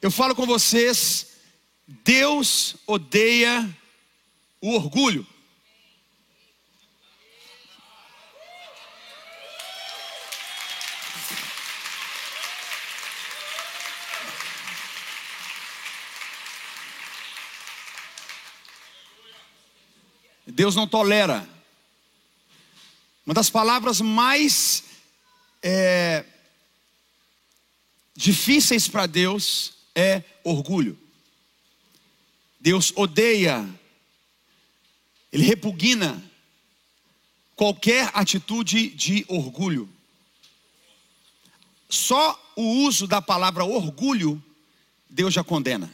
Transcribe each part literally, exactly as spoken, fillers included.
eu falo com vocês, Deus odeia o orgulho. Deus não tolera. Uma das palavras mais é, difíceis para Deus é orgulho. Deus odeia, Ele repugna qualquer atitude de orgulho. Só o uso da palavra orgulho, Deus já condena.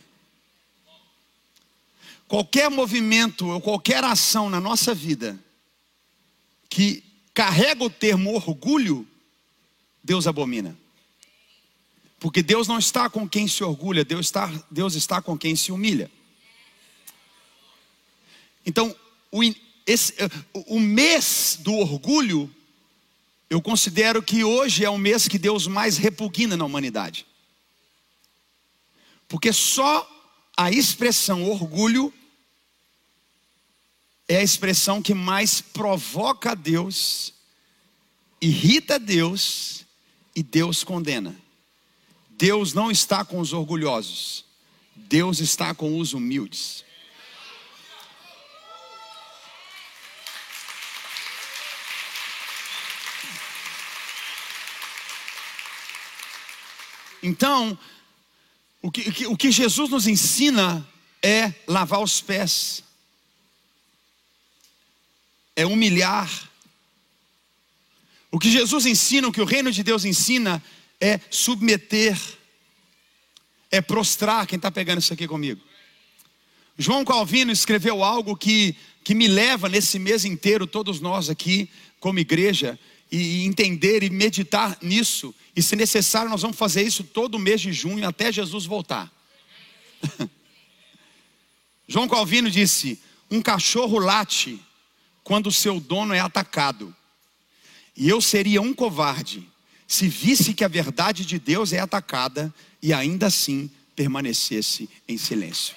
Qualquer movimento ou qualquer ação na nossa vida que carrega o termo orgulho, Deus abomina. Porque Deus não está com quem se orgulha, Deus está, Deus está com quem se humilha. Então, o, esse, o mês do orgulho, eu considero que hoje é o mês que Deus mais repugna na humanidade. Porque só a expressão orgulho é a expressão que mais provoca a Deus, irrita a Deus e Deus condena. Deus não está com os orgulhosos, Deus está com os humildes. Então, o que, o que Jesus nos ensina é lavar os pés, é humilhar. O que Jesus ensina, o que o reino de Deus ensina é submeter, é prostrar. Quem está pegando isso aqui comigo? João Calvino escreveu algo que, que me leva nesse mês inteiro, todos nós aqui como igreja, e entender e meditar nisso. E se necessário nós vamos fazer isso todo mês de junho até Jesus voltar. João Calvino disse: um cachorro late quando o seu dono é atacado, e eu seria um covarde se visse que a verdade de Deus é atacada e ainda assim permanecesse em silêncio.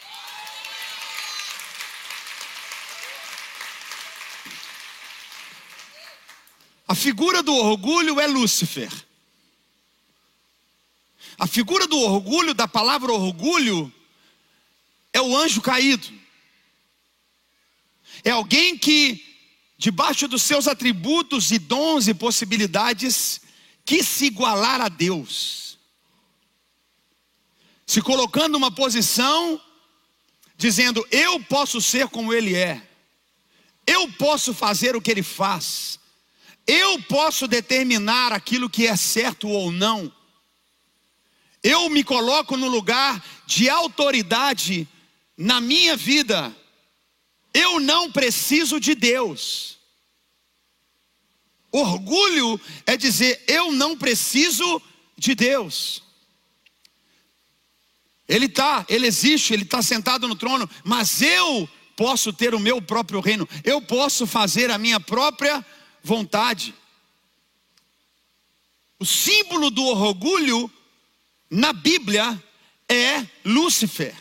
A figura do orgulho é Lúcifer. A figura do orgulho, da palavra orgulho, é o anjo caído. É alguém que, debaixo dos seus atributos e dons e possibilidades, quis se igualar a Deus, se colocando numa posição, dizendo: eu posso ser como Ele é, eu posso fazer o que Ele faz, eu posso determinar aquilo que é certo ou não. Eu me coloco no lugar de autoridade na minha vida. Eu não preciso de Deus. Orgulho é dizer: eu não preciso de Deus. Ele está, Ele existe, Ele está sentado no trono, mas eu posso ter o meu próprio reino. Eu posso fazer a minha própria vontade. O símbolo do orgulho na Bíblia é Lúcifer,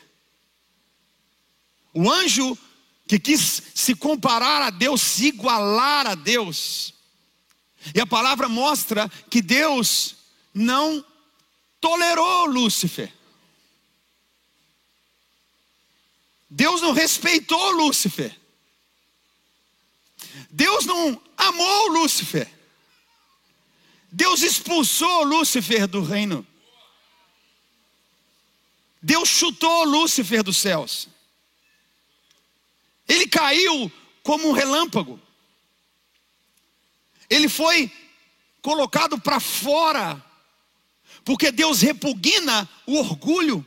o anjo que quis se comparar a Deus, se igualar a Deus. E a palavra mostra que Deus não tolerou Lúcifer. Deus não respeitou Lúcifer. Deus não amou Lúcifer. Deus expulsou Lúcifer do reino. Deus chutou Lúcifer dos céus. Ele caiu como um relâmpago. Ele foi colocado para fora, porque Deus repugna o orgulho.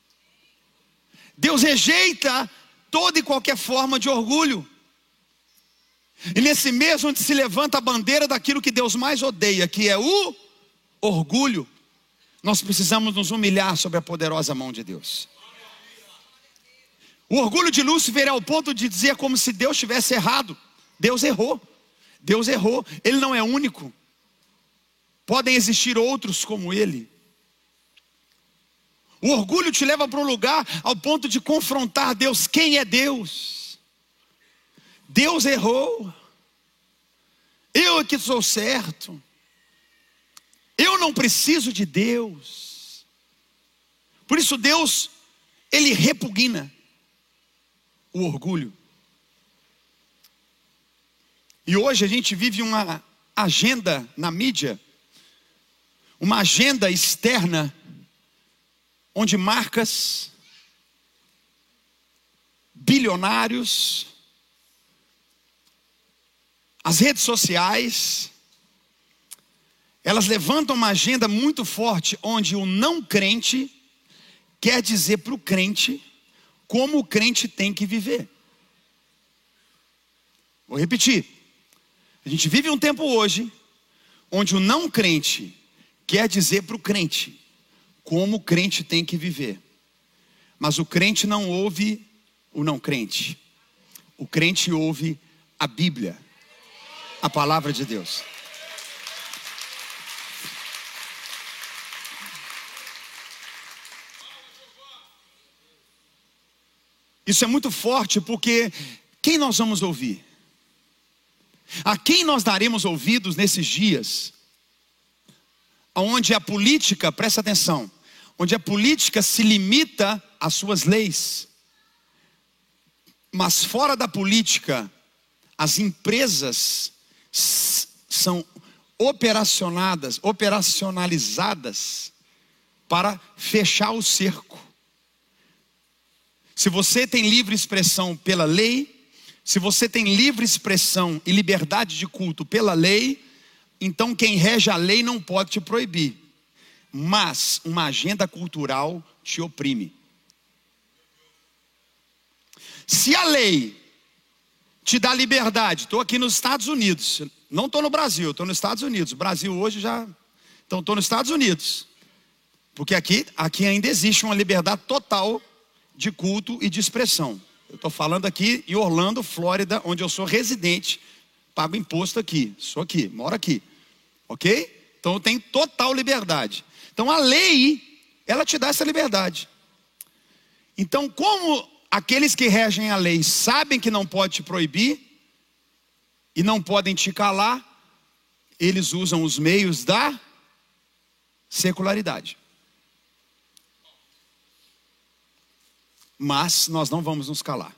Deus rejeita toda e qualquer forma de orgulho. E nesse mês onde se levanta a bandeira daquilo que Deus mais odeia, que é o orgulho, nós precisamos nos humilhar sobre a poderosa mão de Deus. O orgulho de Lúcifer é ao ponto de dizer como se Deus tivesse errado. Deus errou. Deus errou. Ele não é único. Podem existir outros como ele. O orgulho te leva para um lugar ao ponto de confrontar Deus. Quem é Deus? Deus errou. Eu é que sou certo. Eu não preciso de Deus. Por isso Deus, Ele repugna o orgulho. E hoje a gente vive uma agenda na mídia, uma agenda externa, onde marcas, bilionários, as redes sociais, elas levantam uma agenda muito forte, onde o não crente quer dizer para o crente como o crente tem que viver. Vou repetir. A gente vive um tempo hoje, onde o não crente quer dizer para o crente como o crente tem que viver. Mas o crente não ouve o não crente. O crente ouve a Bíblia, a palavra de Deus. Isso é muito forte, porque quem nós vamos ouvir? A quem nós daremos ouvidos nesses dias, onde a política, presta atenção, onde a política se limita às suas leis, mas fora da política, as empresas são operacionadas, operacionalizadas para fechar o cerco. Se você tem livre expressão pela lei, se você tem livre expressão e liberdade de culto pela lei, então quem rege a lei não pode te proibir. Mas uma agenda cultural te oprime. Se a lei te dá liberdade, estou aqui nos Estados Unidos, não estou no Brasil, estou nos Estados Unidos. O Brasil hoje já, então estou nos Estados Unidos. Porque aqui, aqui ainda existe uma liberdade total de culto e de expressão. Eu estou falando aqui em Orlando, Flórida, onde eu sou residente, pago imposto aqui, sou aqui, moro aqui, ok? Então eu tenho total liberdade. Então a lei, ela te dá essa liberdade. Então, como aqueles que regem a lei sabem que não pode te proibir e não podem te calar, eles usam os meios da secularidade. Mas nós não vamos nos calar.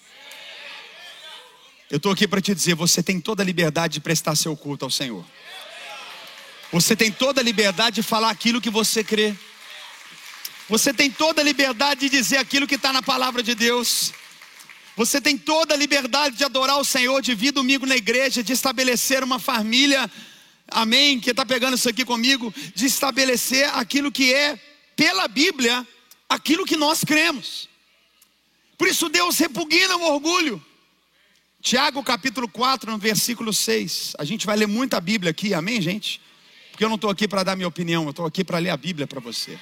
Eu estou aqui para te dizer, você tem toda a liberdade de prestar seu culto ao Senhor. Você tem toda a liberdade de falar aquilo que você crê. Você tem toda a liberdade de dizer aquilo que está na palavra de Deus. Você tem toda a liberdade de adorar o Senhor, de vir domingo na igreja, de estabelecer uma família, amém, que está pegando isso aqui comigo, de estabelecer aquilo que é, pela Bíblia, aquilo que nós cremos. Por isso Deus repugna o orgulho. Tiago capítulo quatro, no versículo seis. A gente vai ler muita Bíblia aqui, amém, gente? Porque eu não estou aqui para dar minha opinião, eu estou aqui para ler a Bíblia para você.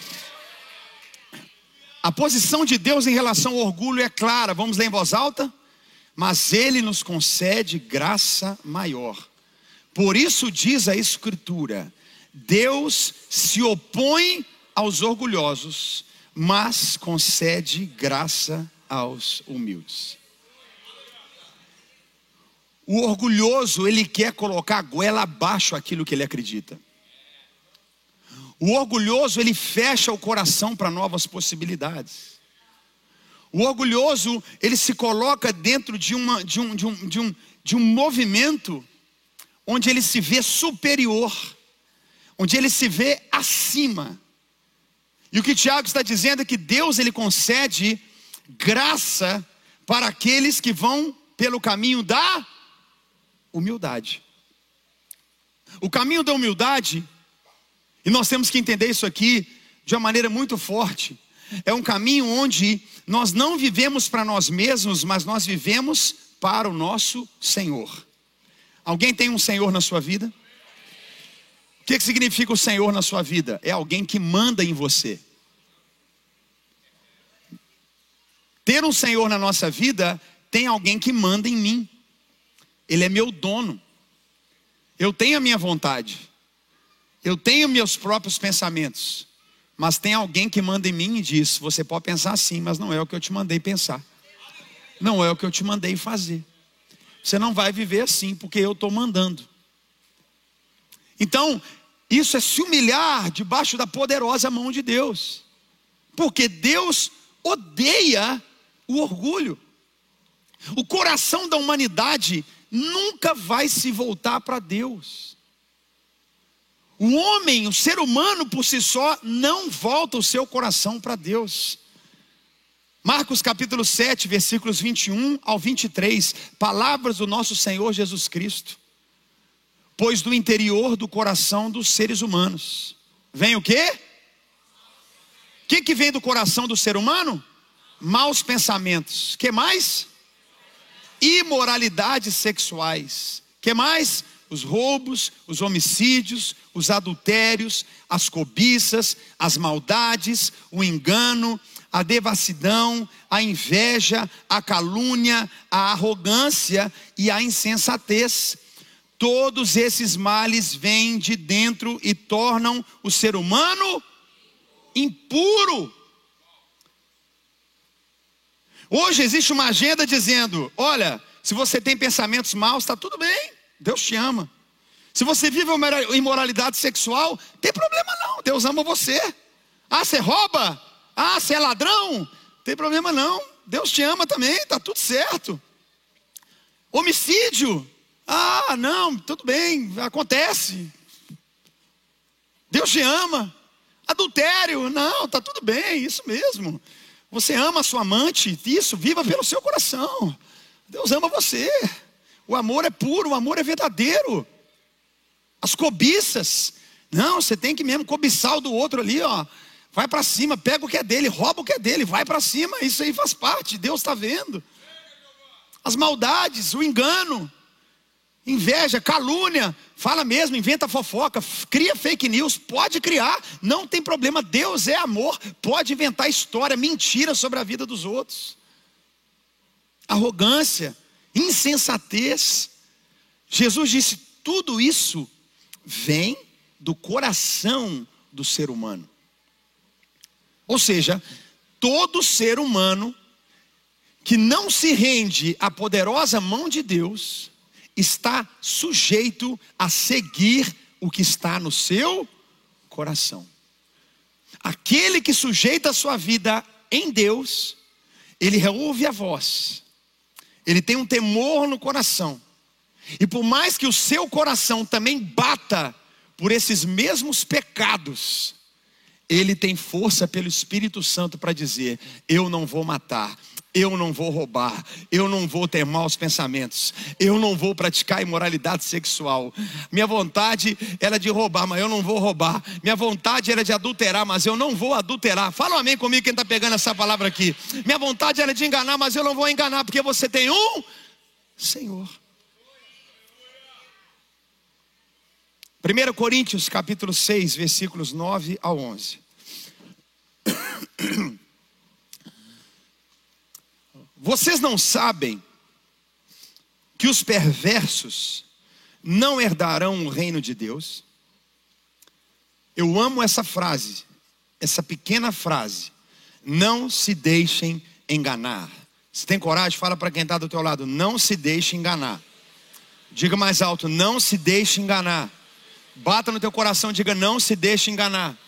A posição de Deus em relação ao orgulho é clara, vamos ler em voz alta? Mas Ele nos concede graça maior. Por isso diz a Escritura, Deus se opõe aos orgulhosos, mas concede graça aos humildes. O orgulhoso, ele quer colocar a goela abaixo aquilo que ele acredita. O orgulhoso, ele fecha o coração para novas possibilidades. O orgulhoso, ele se coloca dentro de, uma, de, um, de, um, de, um, de um movimento onde ele se vê superior, onde ele se vê acima. E o que Tiago está dizendo é que Deus, ele concede graça para aqueles que vão pelo caminho da humildade. O caminho da humildade, e nós temos que entender isso aqui de uma maneira muito forte, é um caminho onde nós não vivemos para nós mesmos, mas nós vivemos para o nosso Senhor. Alguém tem um Senhor na sua vida? O que, que significa o Senhor na sua vida? É alguém que manda em você. Ter um Senhor na nossa vida, tem alguém que manda em mim. Ele é meu dono. Eu tenho a minha vontade. Eu tenho meus próprios pensamentos. Mas tem alguém que manda em mim e diz: você pode pensar assim, mas não é o que eu te mandei pensar. Não é o que eu te mandei fazer. Você não vai viver assim, porque eu estou mandando. Então, isso é se humilhar debaixo da poderosa mão de Deus. Porque Deus odeia o orgulho. O coração da humanidade nunca vai se voltar para Deus. O homem, o ser humano por si só, não volta o seu coração para Deus. Marcos capítulo sete, versículos vinte e um ao vinte e três, palavras do nosso Senhor Jesus Cristo. Pois do interior do coração dos seres humanos vem o quê? O que que vem do coração do ser humano? Maus pensamentos. Que mais? Imoralidades sexuais. Que mais? Os roubos, os homicídios, os adultérios, as cobiças, as maldades, o engano, a devassidão, a inveja, a calúnia, a arrogância e a insensatez. Todos esses males vêm de dentro e tornam o ser humano impuro. Hoje existe uma agenda dizendo: olha, se você tem pensamentos maus, está tudo bem, Deus te ama. Se você vive uma imoralidade sexual, tem problema não, Deus ama você. Ah, você rouba? Ah, você é ladrão? Tem problema não, Deus te ama também, está tudo certo. Homicídio? Ah, não, tudo bem, acontece. Deus te ama. Adultério? Não, está tudo bem, isso mesmo. Você ama a sua amante, isso, viva pelo seu coração. Deus ama você. O amor é puro, o amor é verdadeiro. As cobiças, não, você tem que mesmo cobiçar o do outro ali, ó. Vai para cima, pega o que é dele, rouba o que é dele, vai para cima, isso aí faz parte, Deus está vendo. As maldades, o engano, inveja, calúnia, fala mesmo, inventa fofoca, cria fake news, pode criar, não tem problema, Deus é amor, pode inventar história, mentira sobre a vida dos outros. Arrogância, insensatez. Jesus disse: tudo isso vem do coração do ser humano. Ou seja, todo ser humano que não se rende à poderosa mão de Deus está sujeito a seguir o que está no seu coração. Aquele que sujeita a sua vida em Deus, ele ouve a voz, ele tem um temor no coração, e por mais que o seu coração também bata por esses mesmos pecados, ele tem força pelo Espírito Santo para dizer: eu não vou matar, eu não vou roubar, eu não vou ter maus pensamentos, eu não vou praticar imoralidade sexual. Minha vontade era de roubar, mas eu não vou roubar. Minha vontade era de adulterar, mas eu não vou adulterar. Fala um amém comigo quem está pegando essa palavra aqui. Minha vontade era de enganar, mas eu não vou enganar, porque você tem um Senhor. primeira Coríntios capítulo seis, versículos nove ao onze. Vocês não sabem que os perversos não herdarão o reino de Deus? Eu amo essa frase, essa pequena frase. Não se deixem enganar. Se tem coragem, fala para quem está do teu lado: não se deixe enganar. Diga mais alto: não se deixe enganar. Bata no teu coração e diga: não se deixe enganar.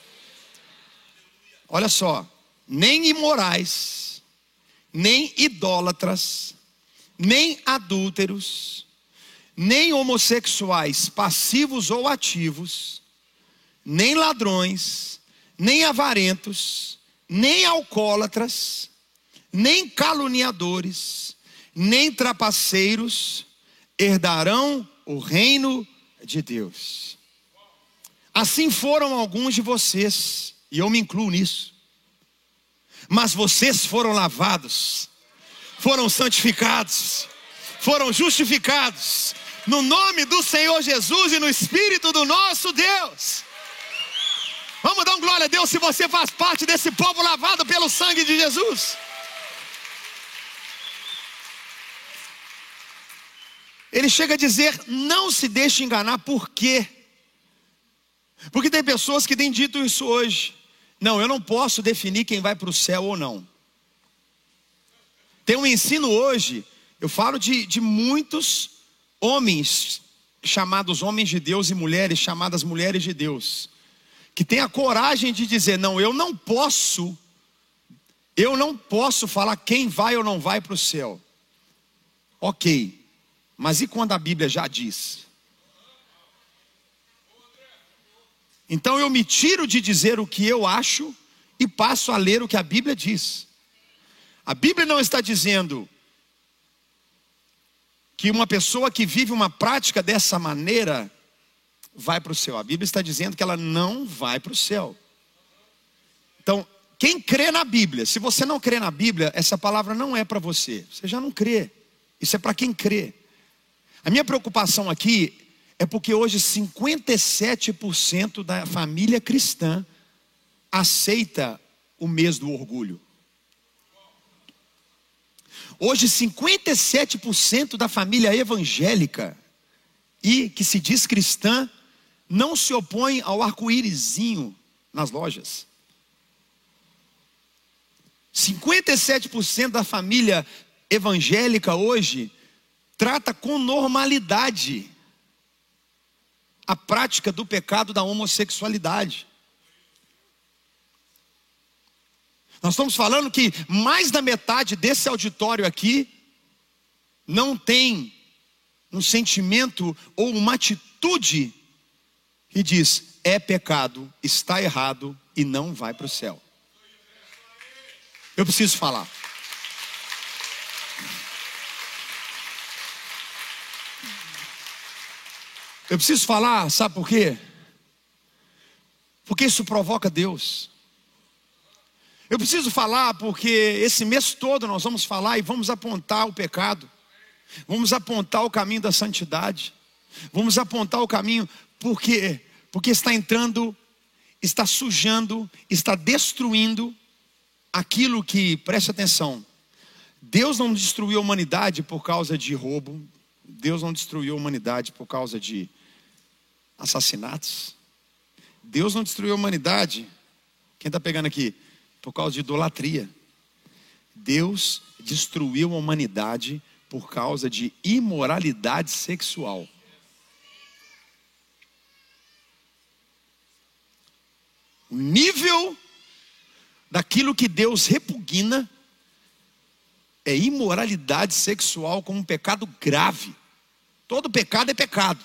Olha só, nem imorais, nem idólatras, nem adúlteros, nem homossexuais passivos ou ativos, nem ladrões, nem avarentos, nem alcoólatras, nem caluniadores, nem trapaceiros herdarão o reino de Deus. Assim foram alguns de vocês, e eu me incluo nisso. Mas vocês foram lavados, foram santificados, foram justificados no nome do Senhor Jesus e no Espírito do nosso Deus. Vamos dar um glória a Deus se você faz parte desse povo lavado pelo sangue de Jesus. Ele chega a dizer: não se deixe enganar. Por quê? Porque tem pessoas que têm dito isso hoje: Não, eu não posso definir quem vai para o céu ou não. Tem um ensino hoje, eu falo de, de muitos homens, chamados homens de Deus, e mulheres chamadas mulheres de Deus, que tem a coragem de dizer, não, eu não posso, eu não posso falar quem vai ou não vai para o céu. Ok, mas e quando a Bíblia já diz? Então eu me tiro de dizer o que eu acho e passo a ler o que a Bíblia diz. A Bíblia não está dizendo que uma pessoa que vive uma prática dessa maneira vai para o céu. A Bíblia está dizendo que ela não vai para o céu. Então, quem crê na Bíblia, se você não crê na Bíblia, essa palavra não é para você. Você já não crê. Isso é para quem crê. A minha preocupação aqui é porque hoje cinquenta e sete por cento da família cristã aceita o mês do orgulho. Hoje cinquenta e sete por cento da família evangélica e que se diz cristã não se opõe ao arco-írisinho nas lojas. cinquenta e sete por cento da família evangélica hoje trata com normalidade a prática do pecado da homossexualidade. Nós estamos falando que mais da metade desse auditório aqui não tem um sentimento ou uma atitude que diz, é pecado, está errado e não vai para o céu. Eu preciso falar. Eu preciso falar, sabe por quê? Porque isso provoca Deus. Eu preciso falar porque esse mês todo nós vamos falar e vamos apontar o pecado. Vamos apontar o caminho da santidade. Vamos apontar o caminho porque porque está entrando, está sujando, está destruindo aquilo que, preste atenção, Deus não destruiu a humanidade por causa de roubo. Deus não destruiu a humanidade por causa de assassinatos. Deus não destruiu a humanidade, quem está pegando aqui? Por causa de idolatria. Deus destruiu a humanidade por causa de imoralidade sexual. O nível daquilo que Deus repugna é imoralidade sexual como um pecado grave. Todo pecado é pecado.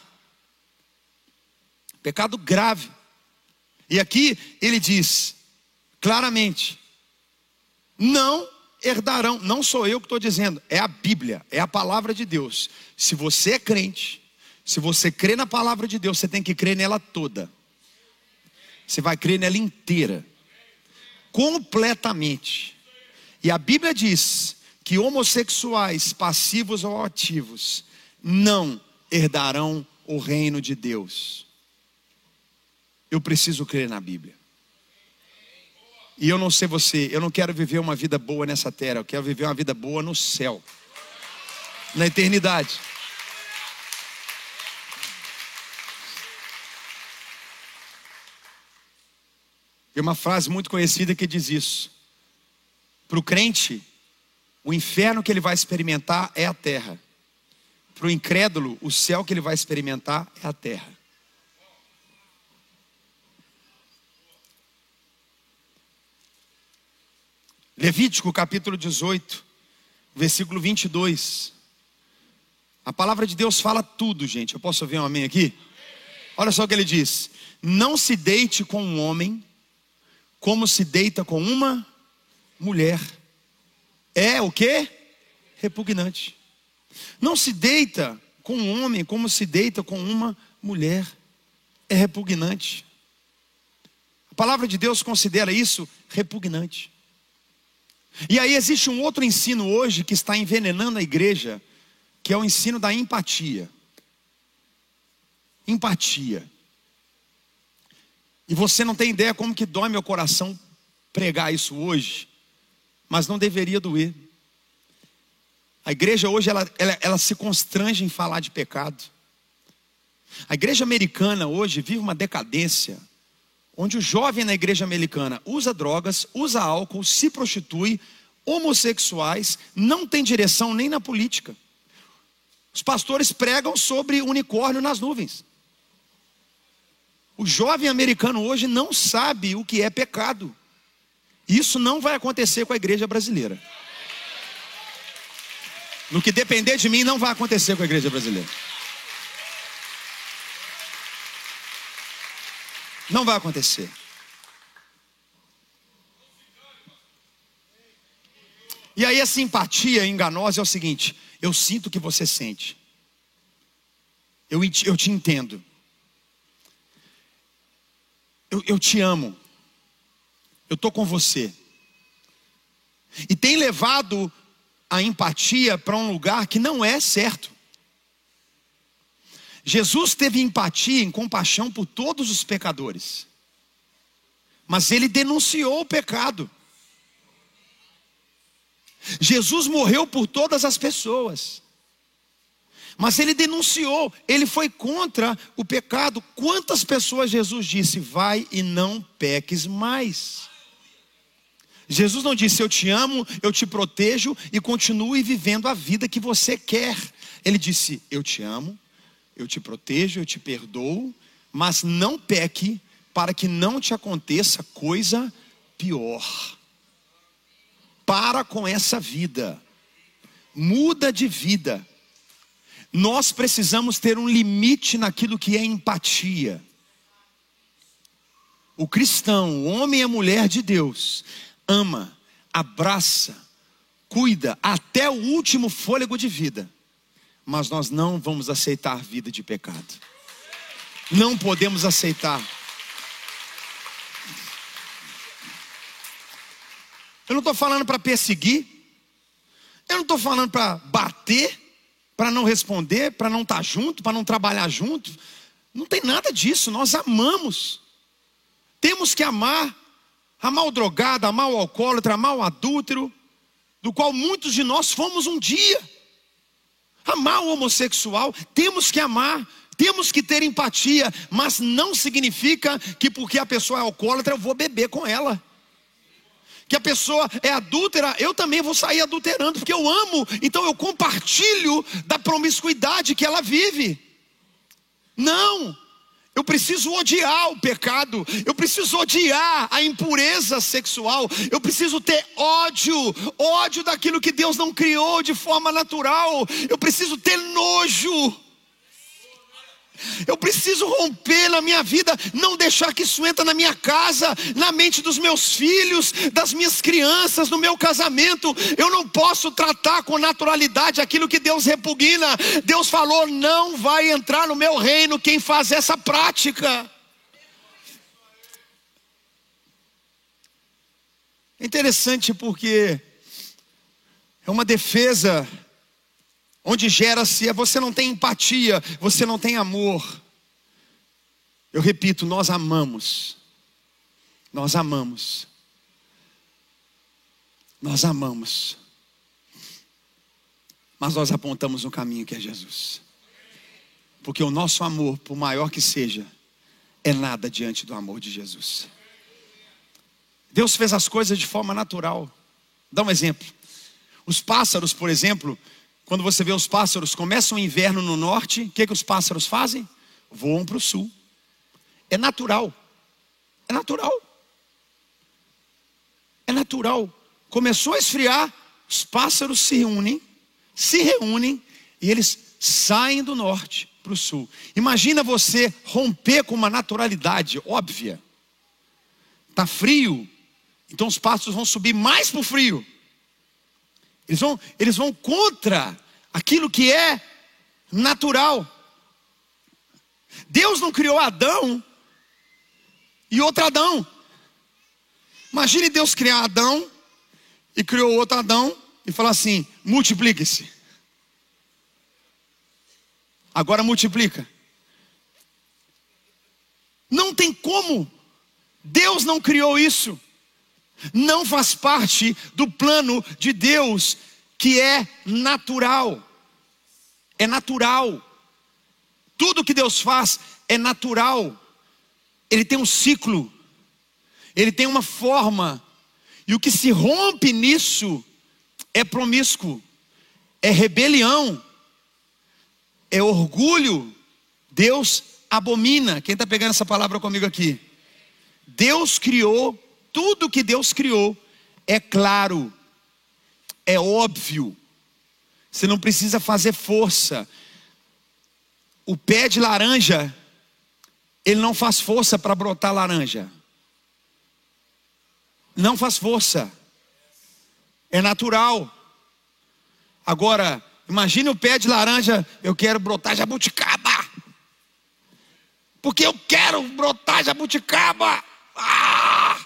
Pecado grave. E aqui ele diz claramente, não herdarão, não sou eu que estou dizendo, é a Bíblia, é a palavra de Deus. Se você é crente, se você crê na palavra de Deus, você tem que crer nela toda. Você vai crer nela inteira, completamente. E a Bíblia diz que homossexuais, passivos ou ativos, não herdarão o reino de Deus. Eu preciso crer na Bíblia. E eu não sei você, eu não quero viver uma vida boa nessa terra, eu quero viver uma vida boa no céu, na eternidade. Tem uma frase muito conhecida que diz isso. Para o crente, o inferno que ele vai experimentar é a terra. Para o incrédulo, o céu que ele vai experimentar é a terra. Levítico capítulo dezoito, versículo vinte e dois. A palavra de Deus fala tudo, gente. Eu posso ouvir um amém aqui? Olha só o que ele diz. Não se deite com um homem como se deita com uma mulher. É o quê? Repugnante. Não se deita com um homem como se deita com uma mulher. É repugnante. A palavra de Deus considera isso repugnante. E aí existe um outro ensino hoje que está envenenando a igreja, que é o ensino da empatia. Empatia. E você não tem ideia como que dói meu coração pregar isso hoje, mas não deveria doer. A igreja hoje, ela, ela, ela se constrange em falar de pecado. A igreja americana hoje vive uma decadência, onde o jovem na igreja americana usa drogas, usa álcool, se prostitui, homossexuais, não tem direção nem na política. Os pastores pregam sobre unicórnio nas nuvens. O jovem americano hoje não sabe o que é pecado. Isso não vai acontecer com a igreja brasileira. No que depender de mim, não vai acontecer com a igreja brasileira. Não vai acontecer. E aí a simpatia enganosa é o seguinte: eu sinto o que você sente. Eu, eu te entendo. Eu, eu te amo. Eu estou com você. E tem levado a empatia para um lugar que não é certo. Jesus teve empatia e compaixão por todos os pecadores. Mas ele denunciou o pecado. Jesus morreu por todas as pessoas. Mas ele denunciou, ele foi contra o pecado. Quantas pessoas Jesus disse: vai e não peques mais? Jesus não disse: eu te amo, eu te protejo e continue vivendo a vida que você quer. Ele disse: eu te amo, eu te protejo, eu te perdoo, mas não peque, para que não te aconteça coisa pior. Para com essa vida. Muda de vida. Nós precisamos ter um limite naquilo que é empatia. O cristão, o homem e a mulher de Deus, ama, abraça, cuida até o último fôlego de vida. Mas nós não vamos aceitar vida de pecado. Não podemos aceitar. Eu não estou falando para perseguir. Eu não estou falando para bater, para não responder, para não estar junto, para não trabalhar junto. Não tem nada disso. Nós amamos. Temos que amar. Amar o drogado, amar o alcoólatra, amar o adúltero, do qual muitos de nós fomos um dia. Amar o homossexual, temos que amar, temos que ter empatia, mas não significa que porque a pessoa é alcoólatra eu vou beber com ela. Que a pessoa é adúltera, eu também vou sair adulterando, porque eu amo, então eu compartilho da promiscuidade que ela vive. Não, eu preciso odiar o pecado, eu preciso odiar a impureza sexual, eu preciso ter ódio, ódio daquilo que Deus não criou de forma natural, eu preciso ter nojo. Eu preciso romper na minha vida, não deixar que isso entre na minha casa, na mente dos meus filhos, das minhas crianças, no meu casamento. Eu não posso tratar com naturalidade aquilo que Deus repugna. Deus falou: não vai entrar no meu reino quem faz essa prática. É interessante porque é uma defesa onde gera-se, você não tem empatia, você não tem amor. Eu repito, nós amamos. Nós amamos. Nós amamos. Mas nós apontamos um caminho que é Jesus. Porque o nosso amor, por maior que seja, é nada diante do amor de Jesus. Deus fez as coisas de forma natural. Dá um exemplo. Os pássaros, por exemplo, quando você vê os pássaros, começam o inverno no norte, o que, que os pássaros fazem? Voam para o sul. É natural. É natural. É natural. Começou a esfriar, os pássaros se reúnem, se reúnem e eles saem do norte para o sul. Imagina você romper com uma naturalidade óbvia. Está frio, então os pássaros vão subir mais para o frio. Eles vão, eles vão contra aquilo que é natural. Deus não criou Adão e outro Adão. Imagine Deus criar Adão e criou outro Adão e falar assim: multiplique-se. Agora multiplica. Não tem como. Deus não criou isso. Não faz parte do plano de Deus, que é natural. É natural. Tudo que Deus faz é natural. Ele tem um ciclo. ele tem uma forma, e o que se rompe nisso é promíscuo, é rebelião, é orgulho. Deus abomina. Quem está pegando essa palavra comigo aqui? Deus criou, tudo que Deus criou é claro, é óbvio. Você não precisa fazer força. O pé de laranja, ele não faz força para brotar laranja. Não faz força. É natural. Agora, imagine o pé de laranja, eu quero brotar jabuticaba. Porque eu quero brotar jabuticaba. Ah!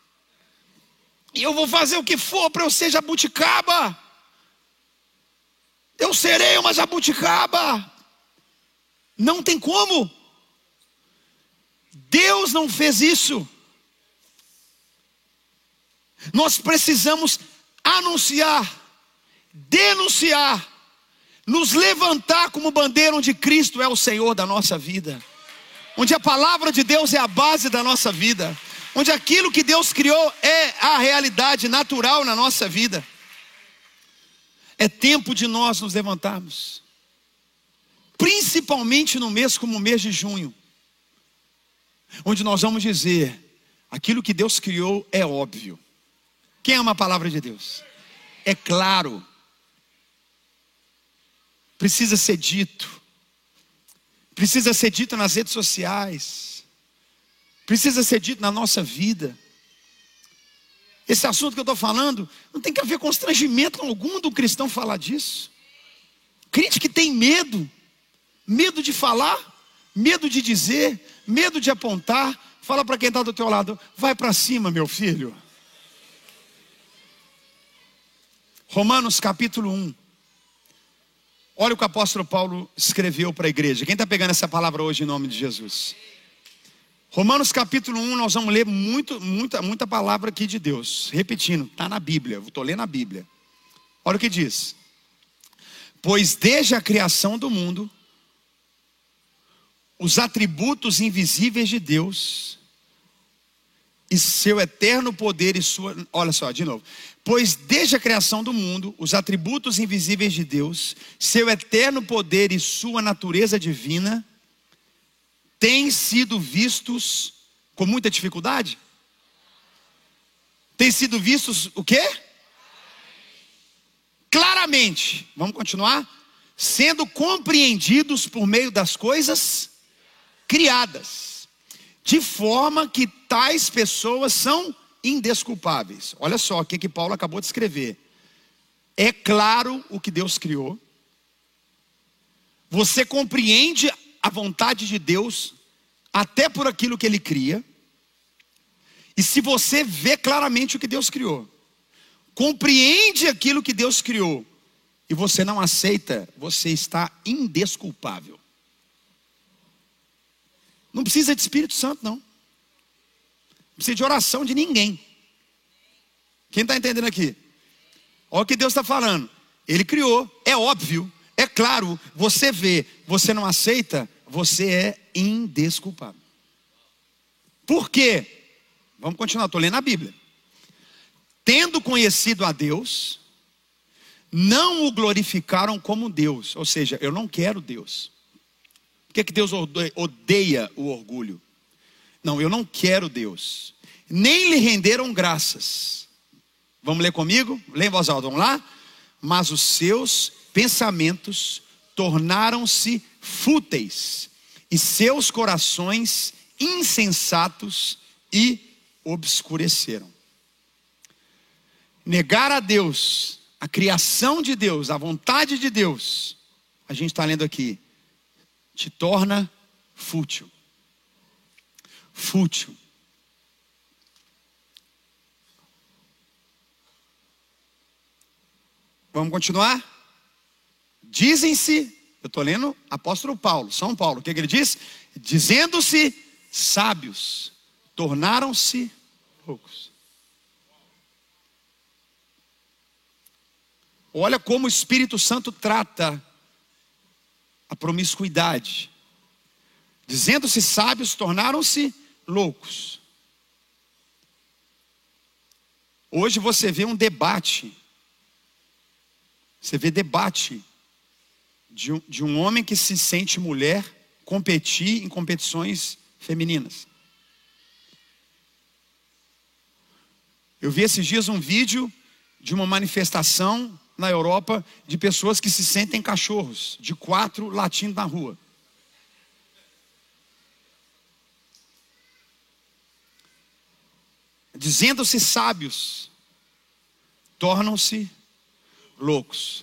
E eu vou fazer o que for para eu ser jabuticaba. Eu serei uma jabuticaba. Não tem como. Deus não fez isso. Nós precisamos anunciar, denunciar, nos levantar como bandeira onde Cristo é o Senhor da nossa vida, onde a palavra de Deus é a base da nossa vida, onde aquilo que Deus criou é a realidade natural na nossa vida. É tempo de nós nos levantarmos, principalmente no mês como o mês de junho, onde nós vamos dizer, aquilo que Deus criou é óbvio. Quem ama a palavra de Deus? É claro. Precisa ser dito. Precisa ser dito nas redes sociais. Precisa ser dito na nossa vida. Esse assunto que eu estou falando, não tem que haver constrangimento algum do cristão falar disso. Crente que tem medo. Medo de falar, medo de dizer, medo de apontar. Fala para quem está do teu lado, vai para cima, meu filho. Romanos capítulo um. Olha o que o apóstolo Paulo escreveu para a igreja. Quem está pegando essa palavra hoje em nome de Jesus? Romanos capítulo um, nós vamos ler muito, muita, muita palavra aqui de Deus. Repetindo, está na Bíblia, eu estou lendo a Bíblia. Olha o que diz. Pois desde a criação do mundo, os atributos invisíveis de Deus e seu eterno poder e sua... Olha só, de novo. Pois desde a criação do mundo, os atributos invisíveis de Deus, seu eterno poder e sua natureza divina, têm sido vistos com muita dificuldade? Têm sido vistos o quê? Claramente. Vamos continuar? Sendo compreendidos por meio das coisas criadas, de forma que tais pessoas são indesculpáveis. Olha só o que, que Paulo acabou de escrever. É claro o que Deus criou. Você compreende a vontade de Deus até por aquilo que Ele cria. E se você vê claramente o que Deus criou, compreende aquilo que Deus criou, e você não aceita, você está indesculpável. Não precisa de Espírito Santo, não. Não precisa de oração de ninguém. Quem está entendendo aqui? Olha o que Deus está falando. Ele criou, é óbvio, é claro. Você vê, você não aceita, você é indesculpável. Por quê? Vamos continuar, estou lendo a Bíblia. Tendo conhecido a Deus, não o glorificaram como Deus. Ou seja, eu não quero Deus. Por que, que Deus odeia o orgulho? Não, eu não quero Deus. Nem lhe renderam graças. Vamos ler comigo? Lê em voz alta, vamos lá? Mas os seus pensamentos tornaram-se fúteis, e seus corações insensatos e obscureceram. Negar a Deus, a criação de Deus, a vontade de Deus, a gente está lendo aqui, te torna fútil. Fútil. Vamos continuar? Dizem-se, eu estou lendo apóstolo Paulo, São Paulo, o que, que ele diz? Dizendo-se sábios, tornaram-se loucos. Olha como o Espírito Santo trata a promiscuidade. Dizendo-se sábios, tornaram-se loucos. Hoje você vê um debate. Você vê debate de um, de um homem que se sente mulher competir em competições femininas. Eu vi esses dias um vídeo de uma manifestação na Europa de pessoas que se sentem cachorros, de quatro latindo na rua. Dizendo-se sábios, tornam-se loucos.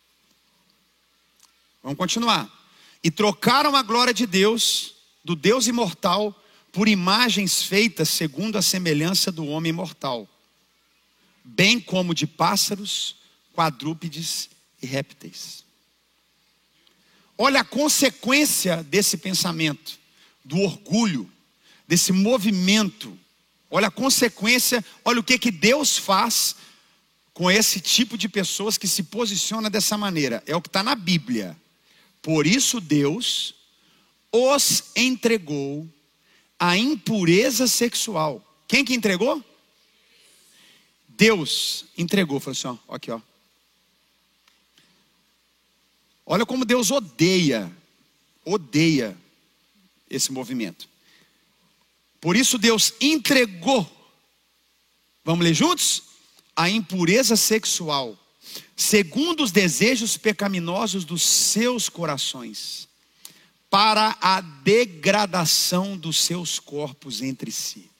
Vamos continuar. E trocaram a glória de Deus, do Deus imortal, por imagens feitas segundo a semelhança do homem mortal, bem como de pássaros, quadrúpedes e répteis. Olha a consequência desse pensamento, do orgulho, desse movimento. Olha a consequência, olha o que, que Deus faz com esse tipo de pessoas que se posiciona dessa maneira. É o que está na Bíblia. Por isso Deus os entregou à impureza sexual. Quem que entregou? Deus entregou. Falou assim, ó, aqui ó. Olha como Deus odeia, odeia esse movimento. Por isso Deus entregou, vamos ler juntos? A impureza sexual, segundo os desejos pecaminosos dos seus corações, para a degradação dos seus corpos entre si.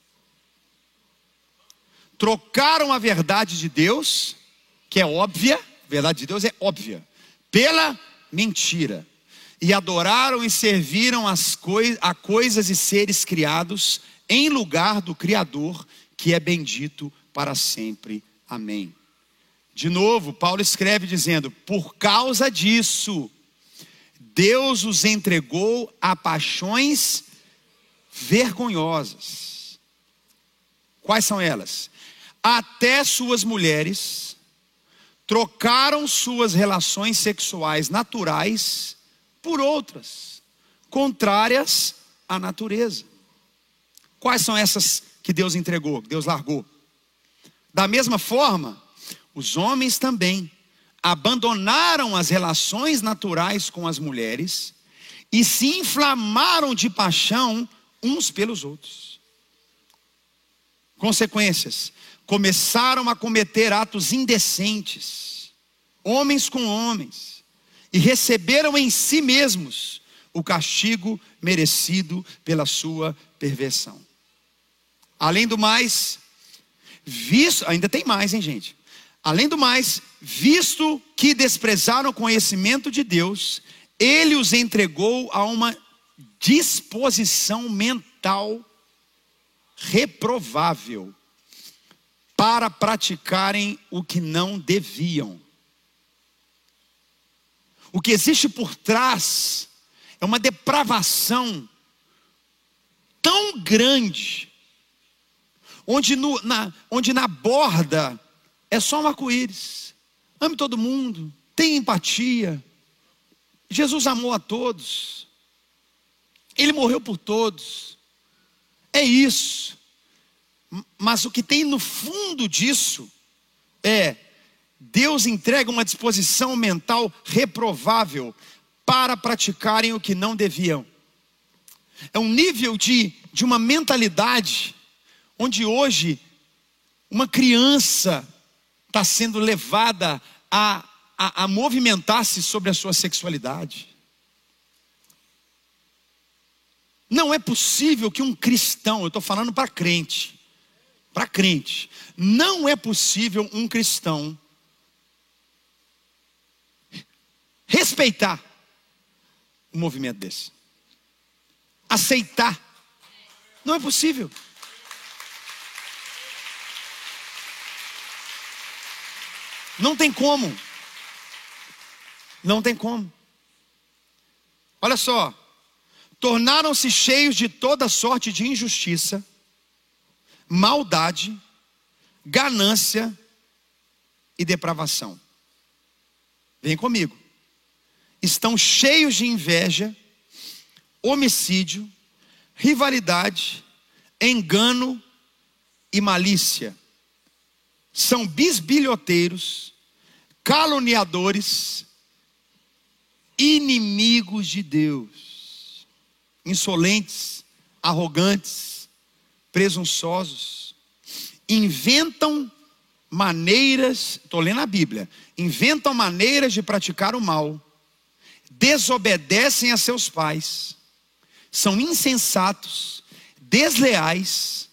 Trocaram a verdade de Deus, que é óbvia, a verdade de Deus é óbvia, pela mentira. E adoraram e serviram as coi- a coisas e seres criados em lugar do Criador, que é bendito para sempre. Amém. De novo, Paulo escreve dizendo: por causa disso, Deus os entregou a paixões vergonhosas. Quais são elas? Até suas mulheres trocaram suas relações sexuais naturais por outras, contrárias à natureza. Quais são essas que Deus entregou, que Deus largou? Da mesma forma, os homens também abandonaram as relações naturais com as mulheres e se inflamaram de paixão uns pelos outros. Consequências: começaram a cometer atos indecentes, homens com homens, e receberam em si mesmos o castigo merecido pela sua perversão. Além do mais, visto, ainda tem mais, hein, gente? Além do mais, visto que desprezaram o conhecimento de Deus, Ele os entregou a uma disposição mental reprovável para praticarem o que não deviam. O que existe por trás é uma depravação tão grande, onde, no, na, onde na borda é só um arco-íris. Ame todo mundo, tenha empatia. Jesus amou a todos, Ele morreu por todos. É isso. Mas o que tem no fundo disso é: Deus entrega uma disposição mental reprovável para praticarem o que não deviam. É um nível de, de uma mentalidade onde hoje uma criança está sendo levada a, a, a movimentar-se sobre a sua sexualidade. Não é possível que um cristão, eu estou falando para crente, para crente, não é possível um cristão respeitar um movimento desse, aceitar. Não é possível. Não tem como. Não tem como. Olha só. Tornaram-se cheios de toda sorte de injustiça, maldade, ganância e depravação. Vem comigo. Estão cheios de inveja, homicídio, rivalidade, engano e malícia. são bisbilhoteiros, caluniadores, inimigos de Deus, insolentes, arrogantes, presunçosos, inventam maneiras, estou lendo a Bíblia, inventam maneiras de praticar o mal, desobedecem a seus pais, são insensatos, desleais,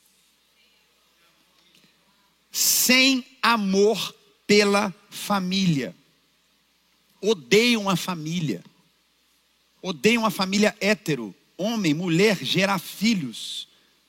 sem amor pela família, odeiam a família, odeiam a família hétero, homem, mulher, gerar filhos,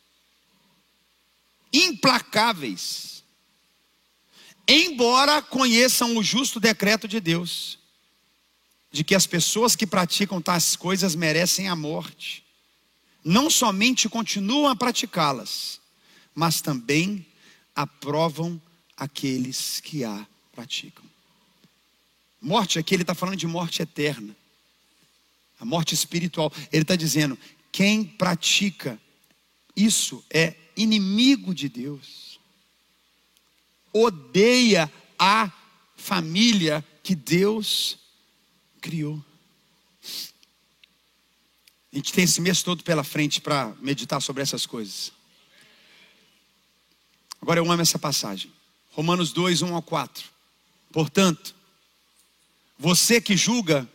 implacáveis, embora conheçam o justo decreto de Deus, de que as pessoas que praticam tais coisas merecem a morte, não somente continuam a praticá-las, mas também aprovam aqueles que a praticam. Morte aqui, ele está falando de morte eterna, a morte espiritual. Ele está dizendo, quem pratica isso é inimigo de Deus, odeia a família que Deus criou. A gente tem esse mês todo pela frente para meditar sobre essas coisas. Agora eu amo essa passagem, Romanos dois, um ao quatro. Portanto, você que julga,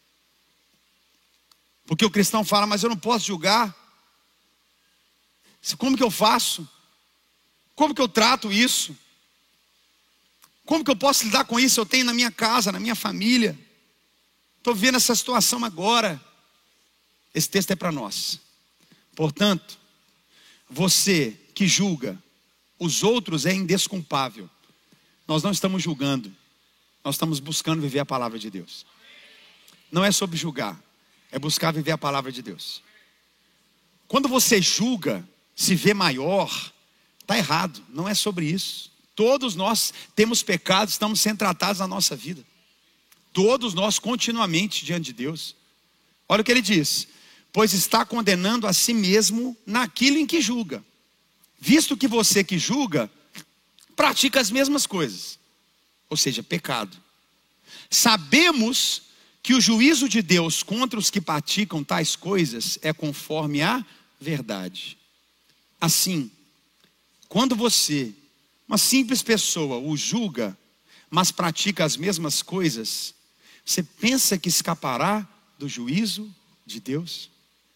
porque o cristão fala, mas eu não posso julgar, como que eu faço? Como que eu trato isso? Como que eu posso lidar com isso? Eu tenho na minha casa, na minha família, estou vivendo essa situação agora. Esse texto é para nós. Portanto, você que julga os outros é indesculpável. Nós não estamos julgando, nós estamos buscando viver a palavra de Deus. Não é sobre julgar, é buscar viver a palavra de Deus. Quando você julga, se vê maior, está errado, não é sobre isso. Todos nós temos pecados, estamos sendo tratados na nossa vida. Todos nós continuamente diante de Deus. Olha o que ele diz: pois está condenando a si mesmo naquilo em que julga, visto que você que julga pratica as mesmas coisas, ou seja, pecado. Sabemos que o juízo de Deus contra os que praticam tais coisas é conforme a verdade. Assim, quando você, uma simples pessoa, o julga, mas pratica as mesmas coisas, você pensa que escapará do juízo de Deus?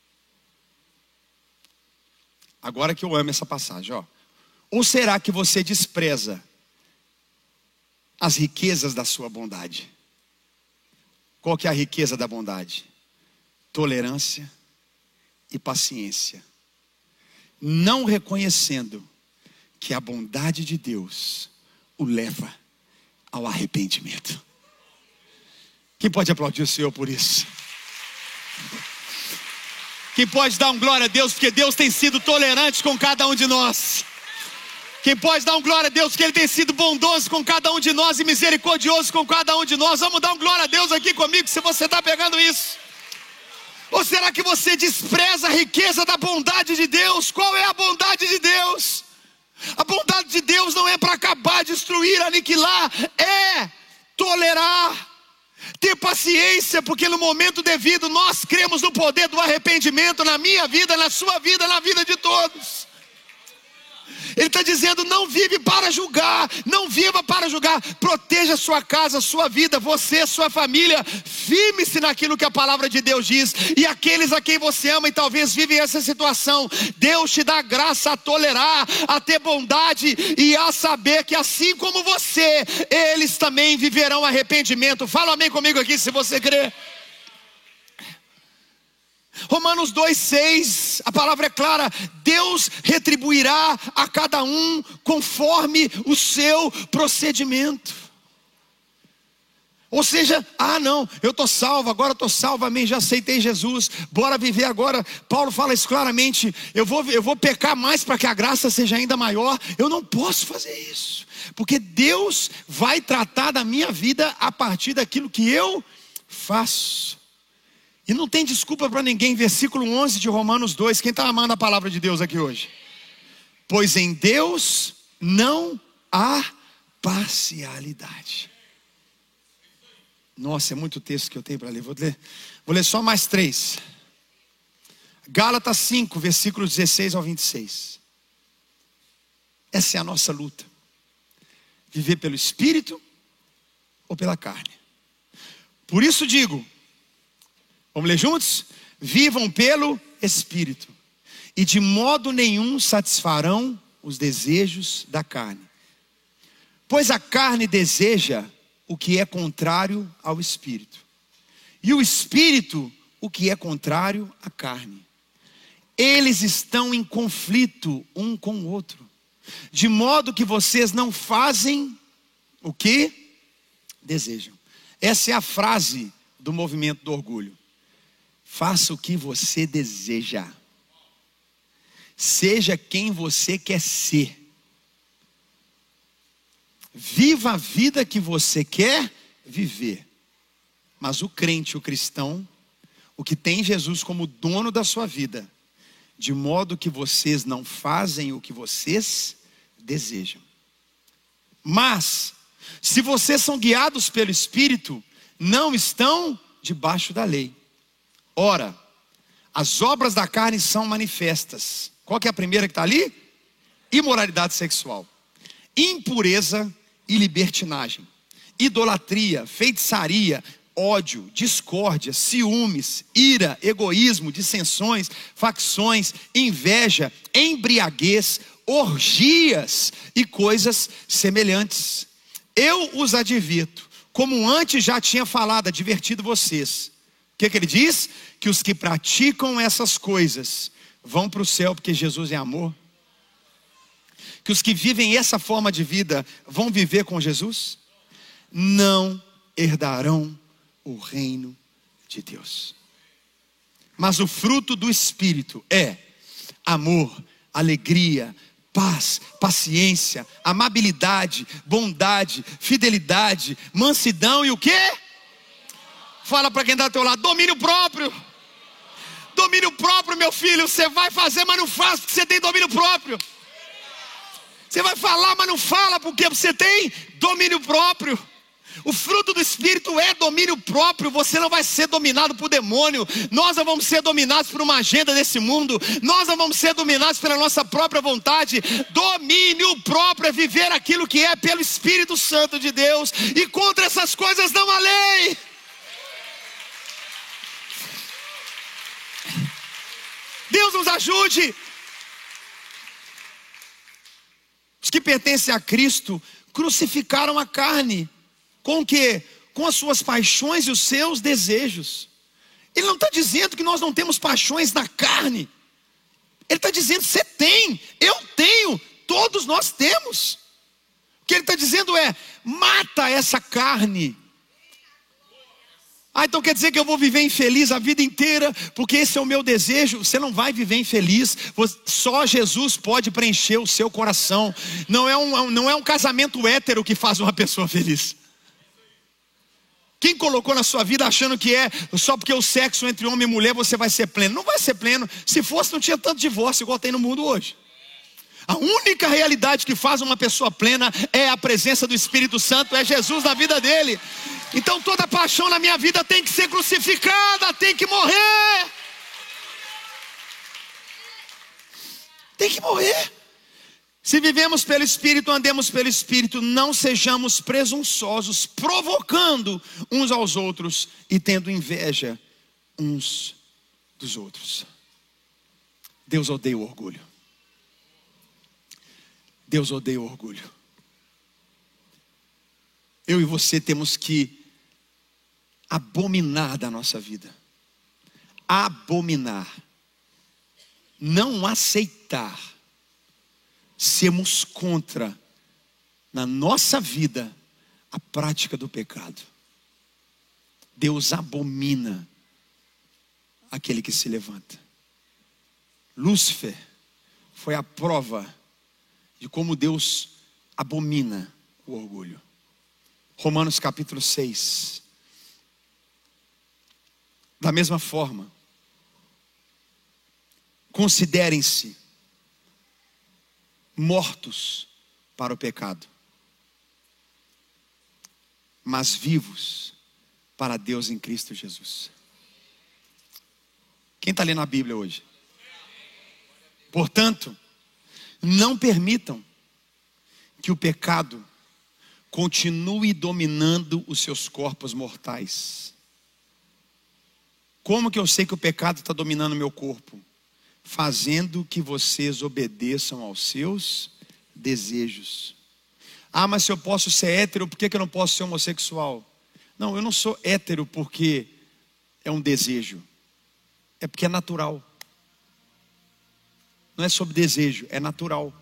Agora que eu amo essa passagem, ó. Ou será que você despreza as riquezas da sua bondade? Qual que é a riqueza da bondade? Tolerância e paciência, não reconhecendo que a bondade de Deus o leva ao arrependimento. Quem pode aplaudir o Senhor por isso? Quem pode dar um glória a Deus, porque Deus tem sido tolerante com cada um de nós? Quem pode dar um glória a Deus, porque Ele tem sido bondoso com cada um de nós e misericordioso com cada um de nós? Vamos dar um glória a Deus aqui comigo, se você está pegando isso. Ou será que você despreza a riqueza da bondade de Deus? Qual é a bondade de Deus? A bondade de Deus não é para acabar, destruir, aniquilar, é tolerar, ter paciência, porque no momento devido nós cremos no poder do arrependimento na minha vida, na sua vida, na vida de todos. Ele está dizendo, não vive para julgar, não viva para julgar, proteja sua casa, sua vida, você, sua família, firme-se naquilo que a palavra de Deus diz. E aqueles a quem você ama e talvez vivem essa situação, Deus te dá graça a tolerar, a ter bondade e a saber que assim como você, eles também viverão arrependimento. Fala amém comigo aqui se você crê. Romanos dois, seis, a palavra é clara: Deus retribuirá a cada um conforme o seu procedimento. Ou seja, ah não, eu estou salvo, agora estou salvo, amém, já aceitei Jesus, bora viver agora. Paulo fala isso claramente, eu vou, eu vou pecar mais para que a graça seja ainda maior. Eu não posso fazer isso, porque Deus vai tratar da minha vida a partir daquilo que eu faço. E não tem desculpa para ninguém. Versículo onze de Romanos dois. Quem está amando a palavra de Deus aqui hoje? Pois em Deus não há parcialidade. Nossa, é muito texto que eu tenho para ler. Vou ler. Vou ler só mais três. Gálatas cinco, versículos dezesseis ao vinte e seis. Essa é a nossa luta. Viver pelo Espírito ou pela carne. Por isso digo, vamos ler juntos? Vivam pelo Espírito, e de modo nenhum satisfarão os desejos da carne. Pois a carne deseja o que é contrário ao Espírito, e o Espírito o que é contrário à carne. Eles estão em conflito um com o outro, de modo que vocês não fazem o que desejam. Essa é a frase do movimento do orgulho. Faça o que você deseja. Seja quem você quer ser. Viva a vida que você quer viver. Mas o crente, o cristão, o que tem Jesus como dono da sua vida, de modo que vocês não fazem o que vocês desejam. Mas, se vocês são guiados pelo Espírito, não estão debaixo da lei. Ora, as obras da carne são manifestas. Qual que é a primeira que está ali? Imoralidade sexual, impureza e libertinagem, idolatria, feitiçaria, ódio, discórdia, ciúmes, ira, egoísmo, dissensões, facções, inveja, embriaguez, orgias e coisas semelhantes. Eu os advirto, como antes já tinha falado, advertido vocês. O que, que ele diz? Que os que praticam essas coisas vão para o céu porque Jesus é amor. Que os que vivem essa forma de vida vão viver com Jesus, não herdarão o reino de Deus. Mas o fruto do Espírito é amor, alegria, paz, paciência, amabilidade, bondade, fidelidade, mansidão e o quê? Fala para quem está ao teu lado, domínio próprio. Domínio próprio, meu filho. Você vai fazer, mas não faz porque você tem domínio próprio. Você vai falar, mas não fala porque você tem domínio próprio. O fruto do Espírito é domínio próprio. Você não vai ser dominado por demônio. Nós não vamos ser dominados por uma agenda desse mundo. Nós não vamos ser dominados pela nossa própria vontade. Domínio próprio é viver aquilo que é pelo Espírito Santo de Deus. E contra essas coisas não há lei. Deus nos ajude. Os que pertencem a Cristo crucificaram a carne. Com o quê? Com as suas paixões e os seus desejos. Ele não está dizendo que nós não temos paixões na carne. Ele está dizendo, você tem, eu tenho, todos nós temos. O que ele está dizendo é, mata essa carne. Ah, então quer dizer que eu vou viver infeliz a vida inteira, porque esse é o meu desejo? Você não vai viver infeliz. Só Jesus pode preencher o seu coração. Não é um, não é um casamento hétero que faz uma pessoa feliz. Quem colocou na sua vida achando que é só porque o sexo entre homem e mulher você vai ser pleno? Não vai ser pleno. Se fosse, não tinha tanto divórcio igual tem no mundo hoje. A única realidade que faz uma pessoa plena é a presença do Espírito Santo, é Jesus na vida dele. Então toda paixão na minha vida tem que ser crucificada, tem que morrer. Tem que morrer. Se vivemos pelo Espírito, andemos pelo Espírito, não sejamos presunçosos, provocando uns aos outros e tendo inveja uns dos outros. Deus odeia o orgulho. Deus odeia o orgulho. Eu e você temos que abominar da nossa vida. Abominar. Não aceitar. Sermos contra, na nossa vida, a prática do pecado. Deus abomina aquele que se levanta. Lúcifer foi a prova de como Deus abomina o orgulho. Romanos capítulo seis. Da mesma forma, considerem-se mortos para o pecado, mas vivos para Deus em Cristo Jesus. Quem está lendo a Bíblia hoje? Portanto, não permitam que o pecado continue dominando os seus corpos mortais. Como que eu sei que o pecado está dominando o meu corpo? Fazendo que vocês obedeçam aos seus desejos. Ah, mas se eu posso ser hétero, por que que eu não posso ser homossexual? Não, eu não sou hétero porque é um desejo. É porque é natural. Não é sobre desejo, é natural.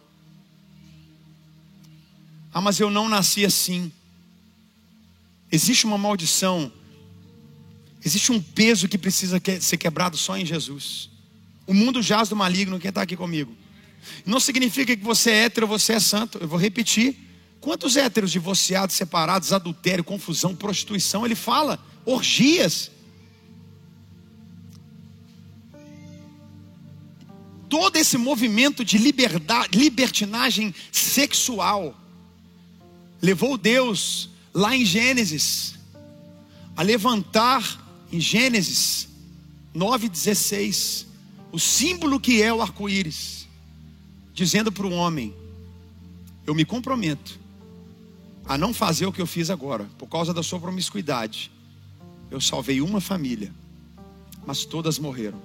Ah, mas eu não nasci assim. Existe uma maldição. Existe um peso que precisa ser quebrado só em Jesus. O mundo jaz do maligno. Quem está aqui comigo? Não significa que você é hétero, você é santo. Eu vou repetir. Quantos héteros divorciados, separados, adultério, confusão, prostituição? Ele fala, orgias. Todo esse movimento de liberdade, libertinagem sexual levou Deus lá em Gênesis a levantar em Gênesis nove, dezesseis o símbolo que é o arco-íris, dizendo para o homem: eu me comprometo a não fazer o que eu fiz agora, por causa da sua promiscuidade. Eu salvei uma família, mas todas morreram.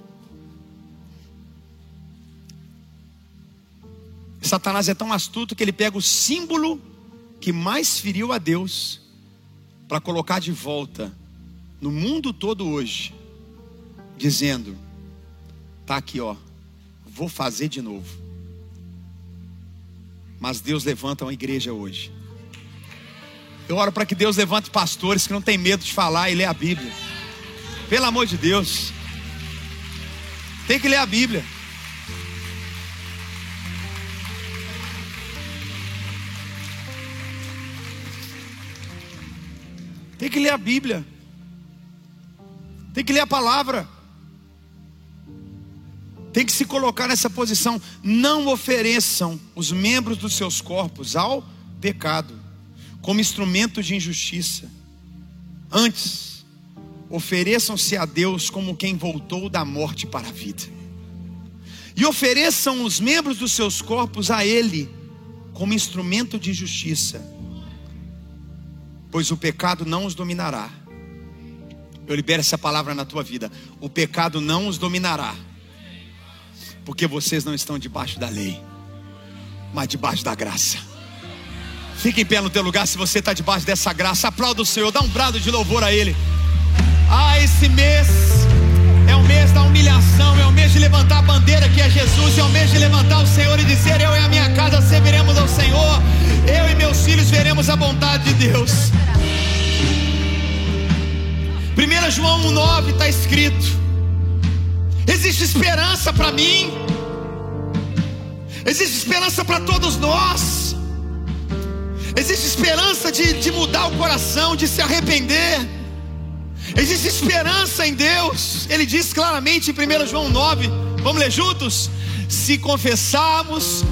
Satanás é tão astuto que ele pega o símbolo que mais feriu a Deus para colocar de volta no mundo todo hoje, dizendo: tá aqui, ó, vou fazer de novo. Mas Deus levanta uma igreja hoje. Eu oro para que Deus levante pastores que não tem medo de falar e ler a Bíblia. Pelo amor de Deus, tem que ler a Bíblia. Tem que ler a Bíblia. Tem que ler a palavra. Tem que se colocar nessa posição. Não ofereçam os membros dos seus corpos ao pecado como instrumento de injustiça. Antes, ofereçam-se a Deus como quem voltou da morte para a vida. E ofereçam os membros dos seus corpos a Ele como instrumento de justiça, pois o pecado não os dominará. Eu libero essa palavra na tua vida. O pecado não os dominará, porque vocês não estão debaixo da lei, mas debaixo da graça. Fique em pé no teu lugar se você está debaixo dessa graça. Aplauda o Senhor, dá um brado de louvor a Ele. Ah, esse mês é o mês da humilhação, é o mês de levantar a bandeira que é Jesus, é o mês de levantar o Senhor e dizer: eu e a minha casa serviremos ao Senhor, eu e meus filhos veremos a bondade de Deus. primeiro João um, nove está escrito: existe esperança para mim, existe esperança para todos nós, existe esperança de, de mudar o coração, de se arrepender, existe esperança em Deus. Ele diz claramente em primeiro João nove, vamos ler juntos? Se confessarmos,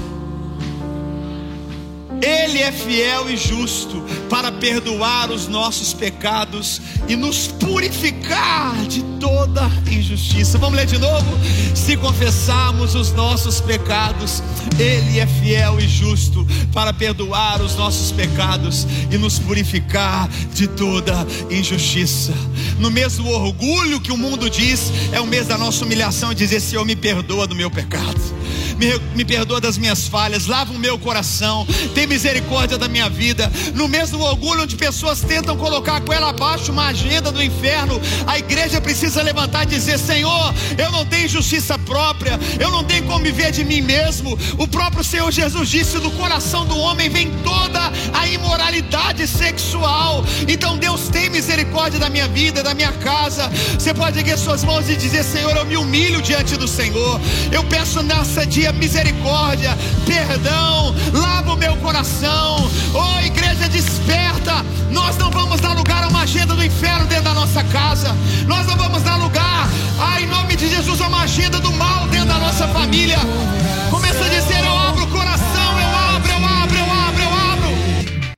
Ele é fiel e justo para perdoar os nossos pecados e nos purificar de toda injustiça. Vamos ler de novo? Se confessarmos os nossos pecados, Ele é fiel e justo para perdoar os nossos pecados e nos purificar de toda injustiça. No mês do orgulho que o mundo diz, é o mês da nossa humilhação, e dizer: Senhor, me perdoa do meu pecado, me, me perdoa das minhas falhas, lava o meu coração, tem misericórdia da minha vida. No mês do orgulho, onde pessoas tentam colocar com ela abaixo uma agenda do inferno, a igreja precisa levantar e dizer: Senhor, eu não tenho justiça própria, eu não tenho como viver de mim mesmo. O próprio Senhor Jesus disse: do coração do homem vem toda a imoralidade sexual. Então Deus tem misericórdia da minha vida, da minha casa. Você pode erguer suas mãos e dizer: Senhor, eu me humilho diante do Senhor, eu peço nessa dia misericórdia, perdão, lava o meu coração. Oh, igreja, desperta. Nós não vamos dar lugar a uma agenda do inferno dentro da nossa casa. Nós não vamos dar lugar, ah, em nome de Jesus, a uma agenda do mal dentro da nossa família.